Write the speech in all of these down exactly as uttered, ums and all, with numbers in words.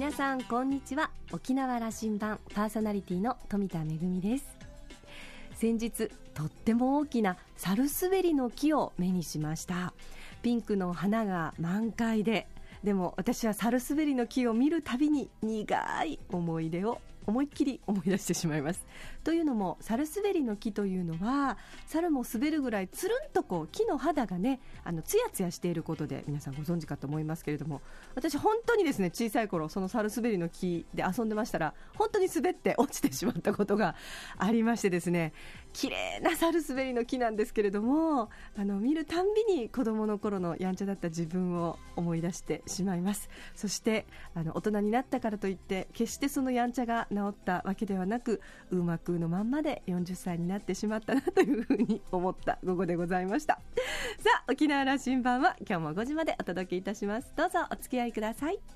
皆さんこんにちは。沖縄羅針盤パーソナリティの富田恵です。先日とっても大きなサルスベリの木を目にしました。ピンクの花が満開で、でも私はサルスベリの木を見るたびに苦い思い出を思いっきり思い出してしまいます。というのもサルスベリの木というのは猿も滑るぐらいつるんとこう木の肌がね、あのツヤツヤしていることで皆さんご存知かと思いますけれども、私本当にですね、小さい頃そのサルスベリの木で遊んでましたら本当に滑って落ちてしまったことがありましてですね、綺麗なサルスベリの木なんですけれども、あの見るたんびに子供の頃のやんちゃだった自分を思い出してしまいます。そしてあの大人になったからといって決してそのやんちゃが治ったわけではなく、うまくのまんまでよんじゅっさいになってしまったなというふうに思った午後でございました。さあ、沖縄羅針盤は今日もごじまでお届けいたします。どうぞお付き合いください。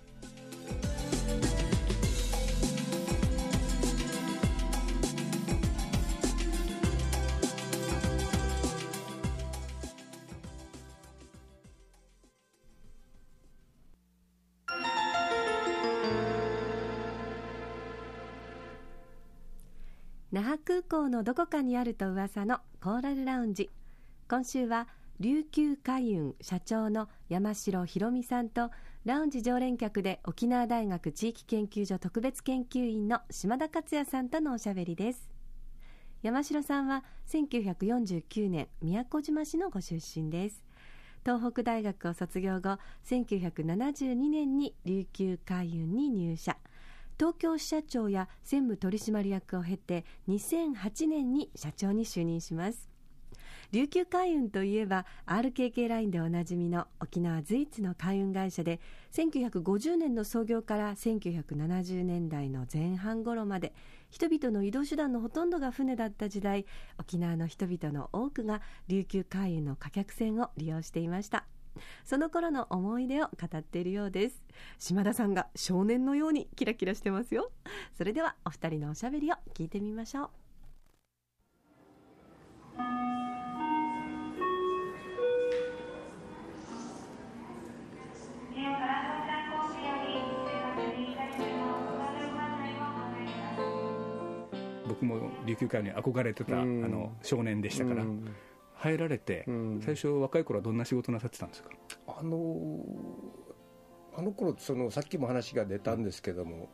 那覇空港のどこかにあると噂のコーラルラウンジ。今週は琉球海運社長の山城博美さんと、ラウンジ常連客で沖縄大学地域研究所特別研究員の島田克也さんとのおしゃべりです。山城さんはせんきゅうひゃくよんじゅうきゅうねん宮古島市のご出身です。東北大学を卒業後、せんきゅうひゃくななじゅうにねんに琉球海運に入社。東京支社長や専務取締役を経てにせんはちねんに社長に就任します。琉球海運といえば アールケーケー ラインでおなじみの沖縄随一の海運会社で、せんきゅうひゃくごじゅうねんの創業からせんきゅうひゃくななじゅうねんだいの前半頃まで、人々の移動手段のほとんどが船だった時代、沖縄の人々の多くが琉球海運の貨客船を利用していました。その頃の思い出を語っているようです。島田さんが少年のようにキラキラしてますよ。それではお二人のおしゃべりを聞いてみましょう。 僕も琉球海に憧れてた、うん、あの少年でしたから、うん、入られて、うん、最初若い頃はどんな仕事なさってたんですか？ あのあの頃そのさっきも話が出たんですけども、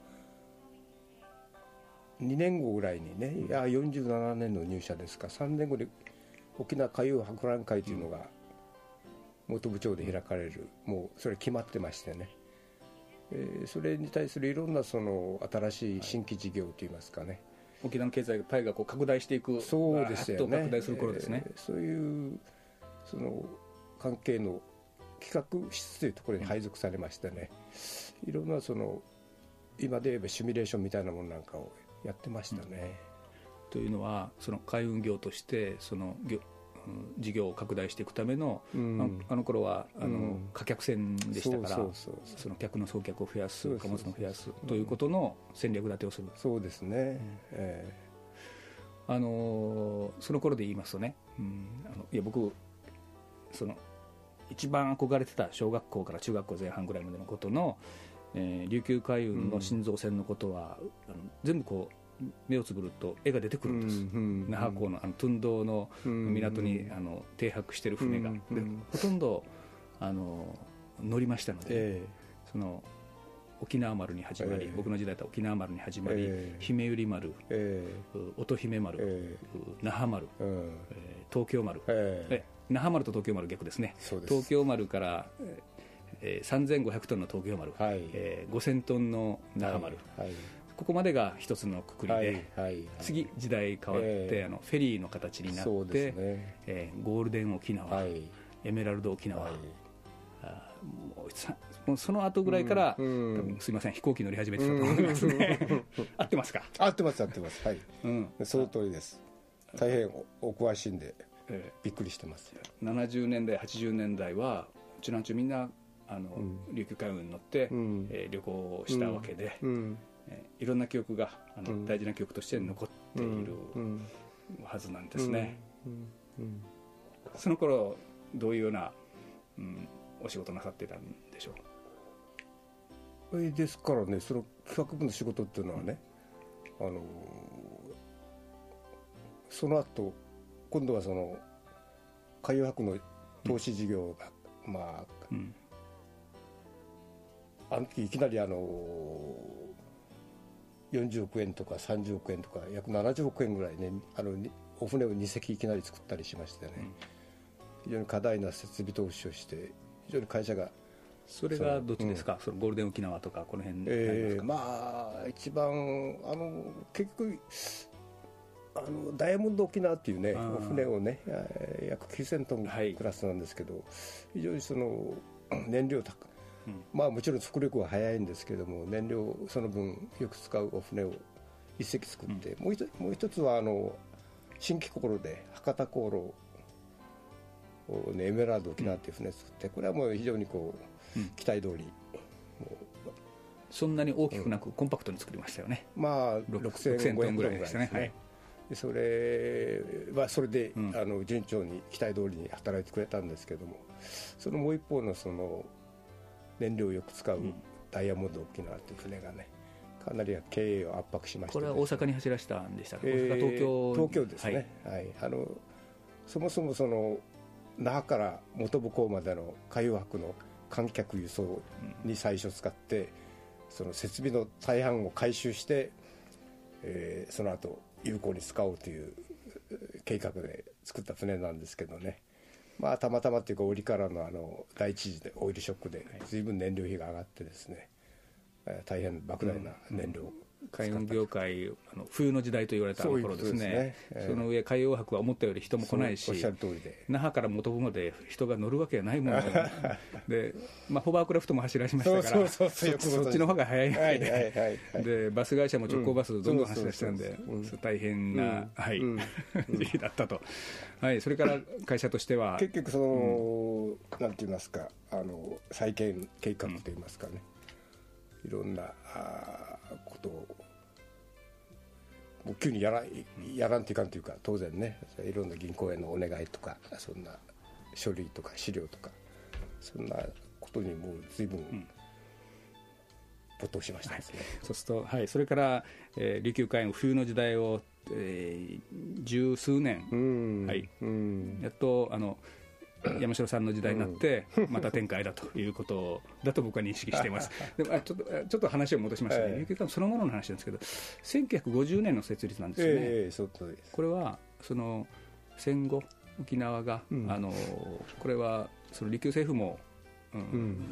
にねんごぐらいにね、いやよんじゅうななねんの入社ですか、さんねんごで沖縄海運博覧会というのが本部長で開かれる、もうそれ決まってましてね、えー、それに対するいろんなその新しい新規事業といいますかね、 沖縄の経済パイがこう拡大していく、 そうですよね、 拡大する頃ですね、 えー、そういうその関係の企画室というところに配属されましてね、いろんなその今で言えばシミュレーションみたいなものなんかをやってましたね、 うん、というのはその海運業としてその業事業を拡大していくための、うん、あの頃はあの、うん、貨客船でしたから、その客の送客を増やす、貨物の増やすということの戦略立てをする。 そうですね、うん、えー、あのその頃で言いますとね、うん、あのいや僕その一番憧れてた小学校から中学校前半ぐらいまでのことの、えー、琉球海運の新造船のことは、うん、あの全部こう目をつぶると絵が出てくるんです、うんうん、那覇港 の, あのトゥンドーの港に、うん、あの停泊している船が、うんうん、ほとんどあの乗りましたので、えー、その沖縄丸に始まり、えー、僕の時代だった沖縄丸に始まり、えー、姫百合丸、えー、乙姫丸、えー、那覇丸、うんえー、東京丸、えー、え那覇丸と東京丸逆ですね。 そうです。 東京丸から、えー、さんぜんごひゃくトンの東京丸、はいえー、ごせんトンの那覇丸、はいはいここまでが一つのくくりで、はいはいはい、次時代変わって、えー、あのフェリーの形になって、ねえー、ゴールデン沖縄、はい、エメラルド沖縄、はい、あもうもうその後ぐらいから、うんうん、すいません飛行機乗り始めてたと思いますね、うんうん、合ってますか？ 合ってます合ってますはい、うん、その通りです。大変 お, お詳しいんで、えー、びっくりしてます。 ななじゅうねんだいはちじゅうねんだいはうちの中みんなあの、うん、琉球海運に乗って、うんえー、旅行したわけで、うんうんいろんな記憶があの、うん、大事な記憶として残っているはずなんですね、うんうんうん、その頃どういうような、うん、お仕事なさってたんでしょう？ それですからね、その企画部の仕事っていうのはね、あのその後今度はその海洋博の投資事業が、うん、まあ、うん、あの時いきなりあのよんじゅうおくえんとかさんじゅうおくえんとか約ななじゅうおくえんぐらいね、あのお船をに隻いきなり作ったりしましてね、うん、非常に過大な設備投資をして非常に会社が。 それがどっちですか、うん、そのゴールデン沖縄とかこの辺になりますか。 えー、まあ一番あの結局あのダイヤモンド沖縄っていうねお船をね約きゅうせんトンクラスなんですけど、はい、非常にその燃料高、うん、まあもちろん速力は速いんですけども燃料その分よく使うお船を一隻作って、うん、もう一もう一つはあの新規航路で博多航路ね、エメラルド沖縄っていう船を作って、これはもう非常にこう、うん、期待通りもうそんなに大きくなく、うん、コンパクトに作りましたよね。 まあろくせんごひゃくトンぐらいですね。はい、でそれはそれで、うん、あの順調に期待通りに働いてくれたんですけども、そのもう一方のその燃料をよく使うダイヤモンド沖縄っていう船がねかなり経営を圧迫しました、ね、 これは大阪に走らせたんでしたっけ、 えー、 東京東京ですね、はいはい、あのそもそもその那覇から本部港までの海洋博の観客輸送に最初使って、うん、その設備の大半を回収して、えー、その後有効に使おうという計画で作った船なんですけどね、まあ、たまたまというか折からのあの第一次でオイルショックで随分燃料費が上がってですね、大変莫大な燃料を、うんうん海運業界あの冬の時代と言われた頃ですね。 そういうことですね、えー、その上海洋博は思ったより人も来ないし、 おっしゃる通りで那覇から本部まで人が乗るわけがないもので、まあ、ホバークラフトも走らしましたから、そっちの方が早いので、はいはいはいはい、でバス会社も直行バスどんどん走らせたんで大変な、うんはいうん、時期だったと、はい、それから会社としては結局その、うん、なんて言いますかあの再建計画と言いますかね、うん、いろんなあことをもう急にやらやらんといかんというか、当然ねいろんな銀行へのお願いとかそんな書類とか資料とかそんなことにもう随分没頭しましたですね、 うん、そうすると、はい、それから、えー、琉球海運冬の時代を、えー、十数年、うんはいうん、やっとあの山城さんの時代になってまた展開だということだと僕は認識していますでもあちょっとちょっと話を戻しましたね、琉球海運そのものの話なんですけどせんきゅうひゃくごじゅうねんの設立なんですよね、えー、そうです。これはその戦後沖縄が、うん、あのこれはその琉球政府も、うんうん、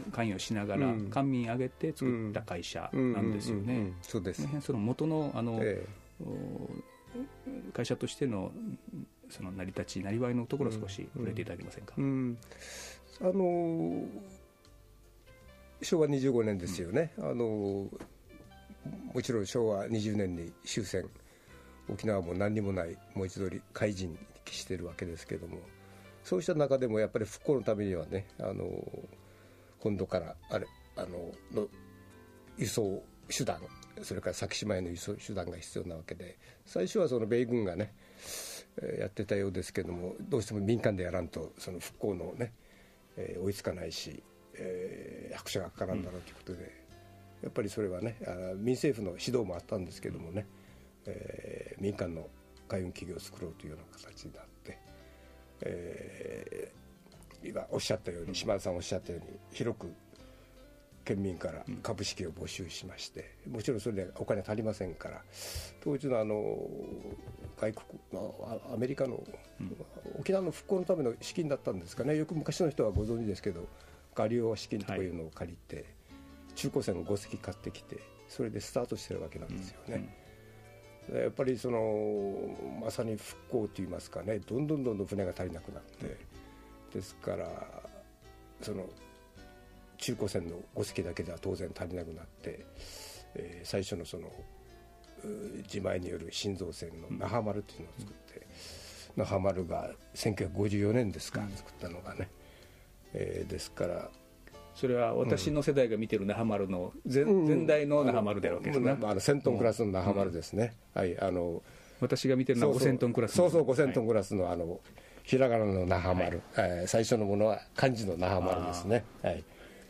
関与しながら、うん、官民挙げて作った会社なんですよね。 そうです。 その元のあの、えー、会社としてのその成り立ちなりわいのところを少し触れていただけませんか。うんうんあのしょうわにじゅうごねんですよね、うん、あのもちろんしょうわにじゅうねんに終戦沖縄も何にもないもう一度海人に帰しているわけですけども、そうした中でもやっぱり復興のためにはねあの本土からあれあのの輸送手段それから先島への輸送手段が必要なわけで、最初はその米軍がねやってたようですけども、どうしても民間でやらんとその復興のね、えー、追いつかないし、えー、拍車がかからんだろうということで、うん、やっぱりそれはねあ民政府の指導もあったんですけどもね、えー、民間の海運企業を作ろうというような形になって、えー、今おっしゃったように島田さんおっしゃったように広く県民から株式を募集しまして、もちろんそれでお金足りませんから、当時のあの外国アメリカの沖縄の復興のための資金だったんですかね、よく昔の人はご存知ですけどガリオ資金とかいうのを借りて、はい、中古船をご隻買ってきてそれでスタートしてるわけなんですよね、うんうん、やっぱりそのまさに復興といいますかね、どんどんどんどん船が足りなくなって、ですからその中古船のご隻だけでは当然足りなくなって、えー、最初のその自前による新造船の那覇丸というのを作って、うん、那覇丸がせんきゅうひゃくごじゅうよねんですか、うん、作ったのがね、えー、ですからそれは私の世代が見てる那覇丸の 前,、うん、前代の那覇丸であるわけですね、 うん、あのせんトンクラスの那覇丸ですね、うんはい、あの私が見てるのはごせんトンクラスのそうそうごせんトンクラスの、あのひらがなの那覇丸、はいえー、最初のものは漢字の那覇丸ですね、はい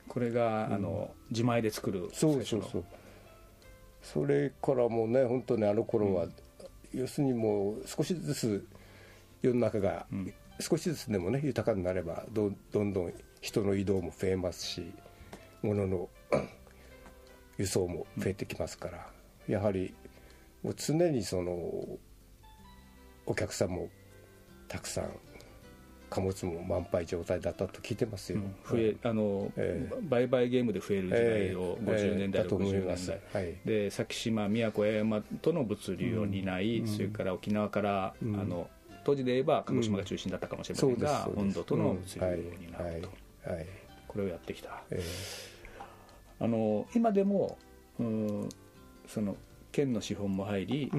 これが、うん、あの自前で作るそうそうそう、それからもうね本当にあの頃は、うん、要するにもう少しずつ世の中が少しずつでもね豊かになれば ど, どんどん人の移動も増えますし物の輸送も増えてきますから、うん、やはりもう常にそのお客さんもたくさん貨物も満杯状態だったと聞いてますよ、 うん、増えあの、えー、売買ゲームで増える時代をごじゅうねんだい、ろくじゅうねんだい、はい、で先島、宮古、八重山との物流を担い、うん、それから沖縄から、うん、あの当時で言えば鹿児島が中心だったかもしれませんが、うん、本土との物流を担うと、うんはいはいはい、これをやってきた、えー、あの今でも、うん、その県の資本も入り、うん、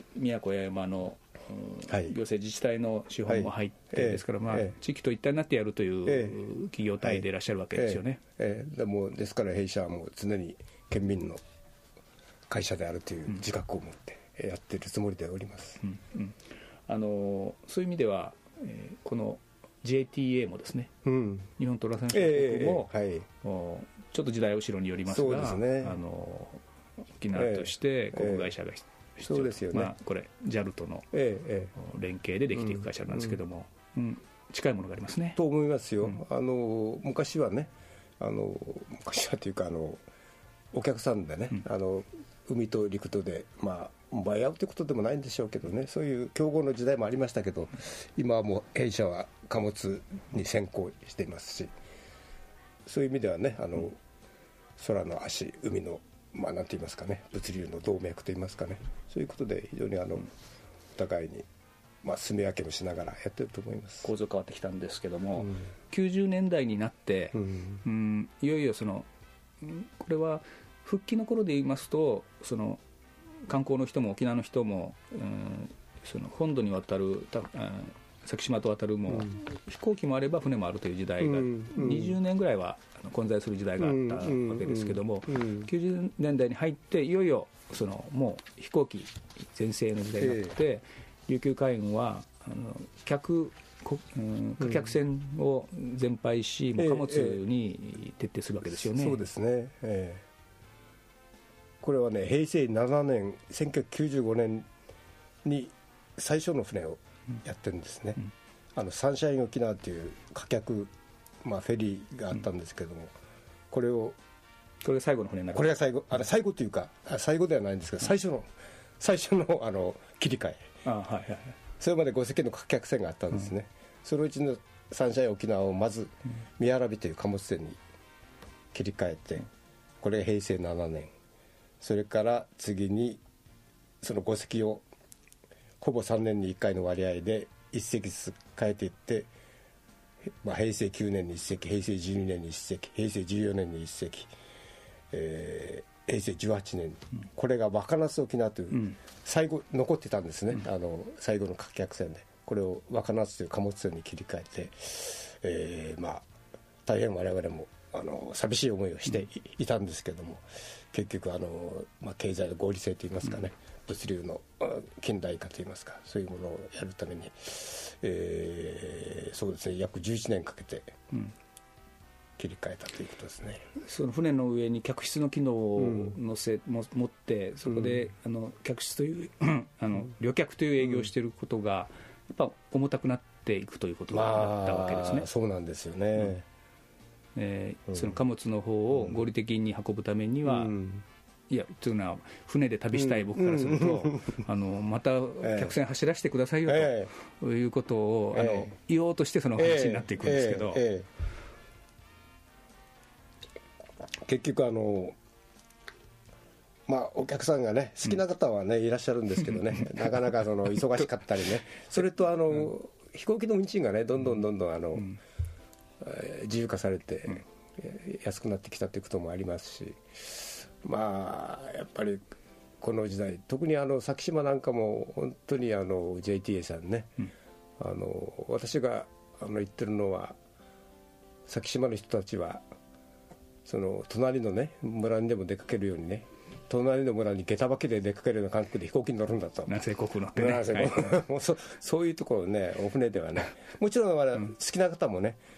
宮古、八重山のはい、行政自治体の資本も入って、はい、ですから、まあええ、地域と一体になってやるという企業体でいらっしゃるわけですよね、 ええええ、でもですから弊社はもう常に県民の会社であるという自覚を持ってやっているつもりでおります、うんうん、 あのそういう意味では、えー、この ジェーティーエー もですね、うん、日本トランスネットも、ええはい、ちょっと時代後ろによりますが、そうですね、あの沖縄として航空会社が、ええそうですよね、 まあ、これ ジャル との連携でできていく会社なんですけども、うんうん、近いものがありますねと思いますよ、うん、あの昔はねあの昔はというかあのお客さんでね、うん、あの海と陸とで、まあ、奪い合うということでもないんでしょうけどね、そういう競合の時代もありましたけど、今はもう弊社は貨物に先行していますし、そういう意味ではねあの、うん、空の足海のまあ、なんて言いますかね、物流の動脈と言いますかね、そういうことで非常にあの、うん、お互いに、まあ、住み分けもしながらやってると思います。 構造変わってきたんですけども、うん、きゅうじゅうねんだいになって、うんうん、いよいよそのこれは復帰の頃で言いますと、その観光の人も沖縄の人も、うん、その本土に渡るた、うん、先島と渡るも、うん、飛行機もあれば船もあるという時代が、うんうん、にじゅうねんぐらいは混在する時代があったわけですけども、うんうんうん、きゅうじゅうねんだいに入っていよいよそのもう飛行機全盛の時代になって、えー、琉球海運はあの客うん、貨客船を全廃し、うん、もう貨物に徹底するわけですよね、 えーえー、そうですね、えー、これはねへいせいななねんせんきゅうひゃくきゅうじゅうごねんに最初の船をやってるんですね、うん、あのサンシャイン沖縄という貨客、まあ、フェリーがあったんですけども、うん、これをこれが最後の船になる、 これが最後、あの最後というか最後ではないんですけど、最初の最初のあの切り替え、あ、はいはいはい、それまでごせきの貨客船があったんですね、うん、そのうちのサンシャイン沖縄をまず宮原という貨物船に切り替えて、これがへいせいななねん、それから次にそのごせきをほぼさんねんにいっかいの割合でいっせきずつ変えていって、まあ、へいせいきゅうねんにいっせき、へいせいじゅうにねんにいっせき、へいせいじゅうよねんにいっせき、えー、へいせいじゅうはちねん、うん、これが若夏沖縄という最後残ってたんですね、うん、あの最後の貨客船でこれを若夏という貨物船に切り替えて、えー、まあ大変我々もあの寂しい思いをしていたんですけども、結局あの、まあ、経済の合理性といいますかね、うん、物流の近代化といいますか、そういうものをやるために、えー、そうですね、約じゅういちねんかけて切り替えたということですね、 うん、その船の上に客室の機能を乗せ、うん、も持ってそこで、うん、あの客室というあの旅客という営業をしていることがやっぱ重たくなっていくということになったわけですね、まあ、 そうなんですよね、うんえー、その貨物の方を合理的に運ぶためには、うん、いやというのは船で旅したい僕からすると、うん、あのまた客船走らせてくださいよということを、えー、あの言おうとしてその話になっていくんですけど、えーえー、結局あのまあ、お客さんがね好きな方はね、うん、いらっしゃるんですけどねなかなかその忙しかったりねそれとあの、うん、飛行機の運賃がねどんどんどんどんあの、うん自由化されて、うん、安くなってきたということもありますし、まあやっぱりこの時代特にあの先島なんかも本当にあの ジェーティーエー さんね、うん、あの私があの言ってるのは先島の人たちはその隣のね村にでも出かけるようにね隣の村に下駄履きで出かけるような感覚で飛行機に乗るんだと南西航空乗ってね、 はい、もう そ, そういうところねお船ではねもちろん、うん、好きな方もね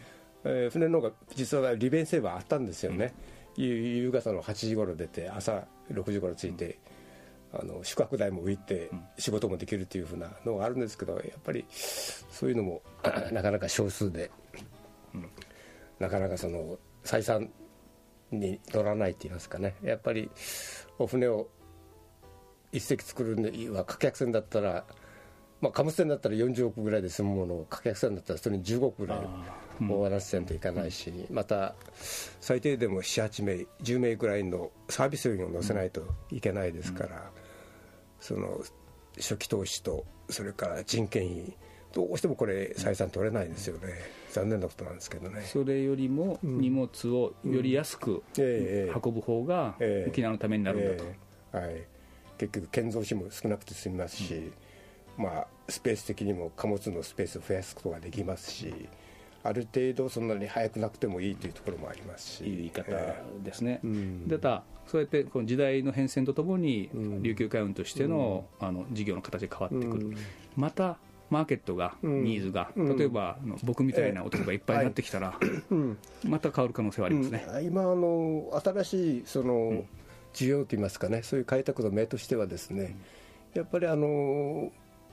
えー、船の方が実は利便性はあったんですよね、うん、夕方のはちじ頃出て朝ろくじ頃着いて、うん、あの宿泊代も浮いて仕事もできるというふうなのがあるんですけど、やっぱりそういうのもなかなか少数で、うん、なかなかその採算に乗らないって言いますかね。やっぱりお船を一隻作るには貨客船だったら、まあ、貨物船だったらよんじゅうおくぐらいで済むものを貨客船だったらそれにじゅうごおくぐらい終わらせないといかないし、うん、また最低でもななはちめいじゅうめいぐらいのサービス員を乗せないといけないですから、うん、その初期投資とそれから人件費どうしてもこれ採算取れないですよね。残念なことなんですけどね。 それよりも荷物をより安く運ぶ方が沖縄のためになるんだと、えーえーはい、 結局建造費も少なくて済みますし、うんまあ、スペース的にも貨物のスペースを増やすことができますし、ある程度そんなに早くなくてもいいというところもありますし、 いい言い方ですね、えーうん、だからそうやってこの時代の変遷とともに琉球海運としての、うん、あの事業の形が変わってくる、うん、またマーケットが、うん、ニーズが、うん、例えばあの僕みたいな男がいっぱいになってきたら、えーはい、また変わる可能性はありますね、 うん、今あの新しいその、うん、需要といいますかね、そういう開拓の目としてはですね、うん、やっぱりあの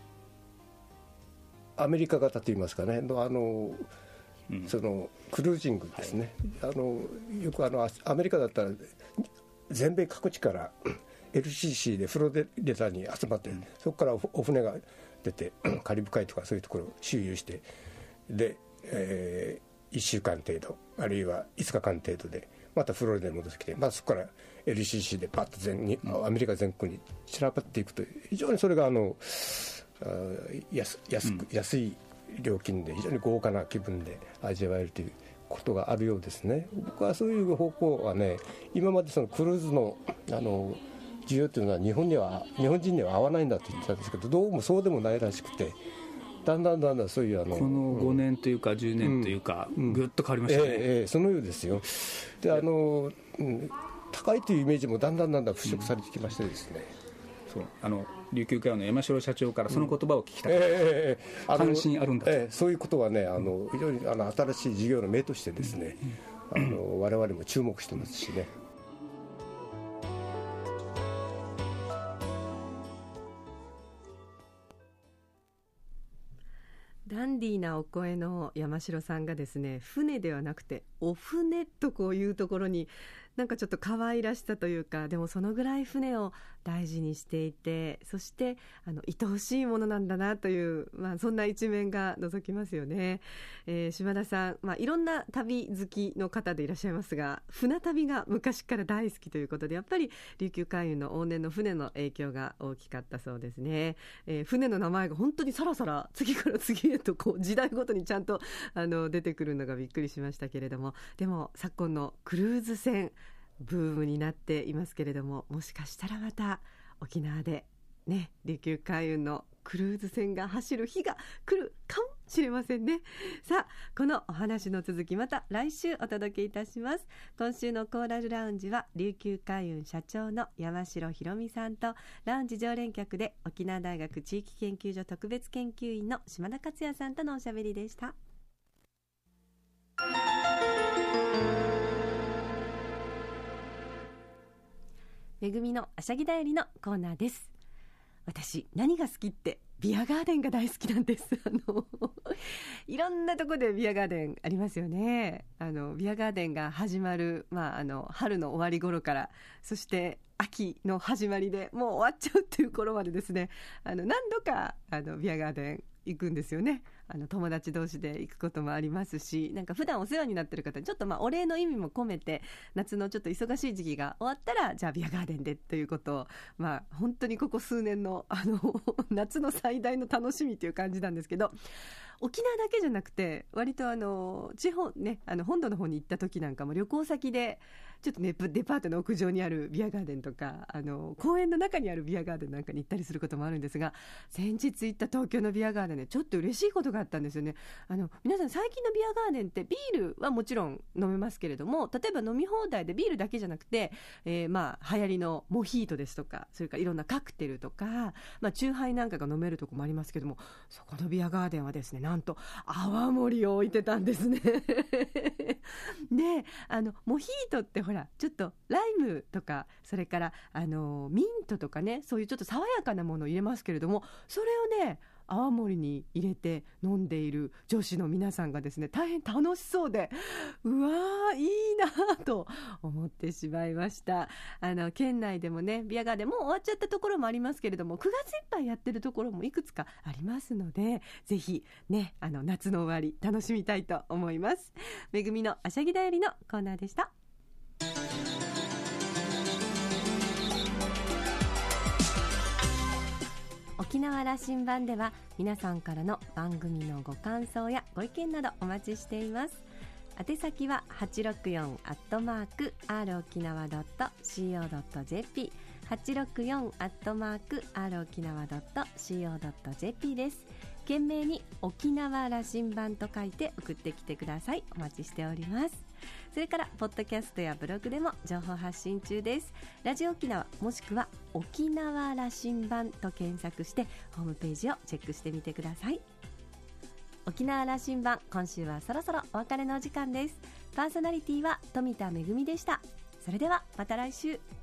アメリカ型といいますかね、のあの、うん、そのクルージングですね、はい、あのよくあのアメリカだったら全米各地から エルシーシー でフロリダに集まって、うん、そこからお船が出てカリブ海とかそういうところを周遊してで、えー、いっしゅうかん程度あるいはいつかかん程度でまたフロリダに戻ってきて、まあ、そこから エルシーシー でパッと全にアメリカ全国に散らばっていくという非常にそれがあのあ 安, 安, く安い料金で非常に豪華な気分で味わえるということがあるようですね。僕はそういう方向はね、今までそのクルーズのあの需要というのは日本には日本人には合わないんだと言ってたんですけど、どうもそうでもないらしくて、だんだんだんだんそういうあのこのごねんというかじゅうねんというか、うん、ぐっと変わりましたね、 えーえー、そのようですよ。であの、うん、高いというイメージもだんだんだんだん払拭されてきましてですね、 うん、そうあの琉球海運の山城社長からその言葉を聞きたかった、うんえー、関心あるんだと、えー、そういうことはね、あの非常にあの新しい事業の目としてですね、うん、あの我々も注目してますしね。 ダンディーなお声の山城さんがですね、船ではなくてお船とこういうところになんかちょっと可愛らしさというか、でもそのぐらい船を大事にしていて、そしてあの愛おしいものなんだなという、まあ、そんな一面が覗きますよね、えー、島田さん、まあ、いろんな旅好きの方でいらっしゃいますが、船旅が昔から大好きということで、やっぱり琉球海運の往年の船の影響が大きかったそうですね、えー、船の名前が本当にさらさら次から次へとこう時代ごとにちゃんとあの出てくるのがびっくりしましたけれども、でも昨今のクルーズ船ブームになっていますけれども、もしかしたらまた沖縄でね、琉球海運のクルーズ船が走る日が来るかもしれませんね。さあ、このお話の続きまた来週お届けいたします。今週のコーラルラウンジは琉球海運社長の山城ひろみさんと、ラウンジ常連客で沖縄大学地域研究所特別研究員の島田克也さんとのおしゃべりでした。めぐみのあしゃぎだよりのコーナーです。私何が好きってビアガーデンが大好きなんです。あのいろんなとこでビアガーデンありますよね。あのビアガーデンが始まる、まあ、あの春の終わり頃から、そして秋の始まりでもう終わっちゃうっていう頃までですね、あの何度かあのビアガーデン行くんですよね。あの友達同士で行くこともありますし、なんか普段お世話になってる方にちょっとまあお礼の意味も込めて、夏のちょっと忙しい時期が終わったらじゃあビアガーデンでということを、まあ本当にここ数年のあの夏の最大の楽しみという感じなんですけど、沖縄だけじゃなくて割とあの地方ね、あの本土の方に行った時なんかも旅行先でちょっとねデパートの屋上にあるビアガーデンとか、あの公園の中にあるビアガーデンなんかに行ったりすることもあるんですが、先日行った東京のビアガーデンでちょっと嬉しいことがあったんですよね。あの皆さん最近のビアガーデンってビールはもちろん飲めますけれども、例えば飲み放題でビールだけじゃなくて、えー、まあ流行りのモヒートですとか、それからいろんなカクテルとか、まあ、チューハイなんかが飲めるとこもありますけども、そこのビアガーデンはですね、なんと泡盛を置いてたんですねで、あのモヒートってほらちょっとライムとか、それからあのミントとかね、そういうちょっと爽やかなものを入れますけれども、それをね泡盛に入れて飲んでいる女子の皆さんがですね、大変楽しそうで、うわーいいなと思ってしまいました。あの県内でもねビアガーデンもう終わっちゃったところもありますけれども、くがついっぱいやってるところもいくつかありますので、ぜひね、あの夏の終わり楽しみたいと思います。めぐみのあしゃぎだよりのコーナーでした。沖縄羅針盤では皆さんからの番組のご感想やご意見などお待ちしています。宛先は はちろくよん アットマーク アール 沖縄 ドット シーオー ドット ジェーピー はちろくよん アットマーク アール 沖縄 ドット シーオー ドット ジェーピー です。懸命に沖縄羅針盤と書いて送ってきてください。お待ちしております。それからポッドキャストやブログでも情報発信中です。ラジオ沖縄もしくは沖縄羅針盤と検索してホームページをチェックしてみてください。沖縄羅針盤、今週はそろそろお別れのお時間です。パーソナリティは富田恵でした。それではまた来週。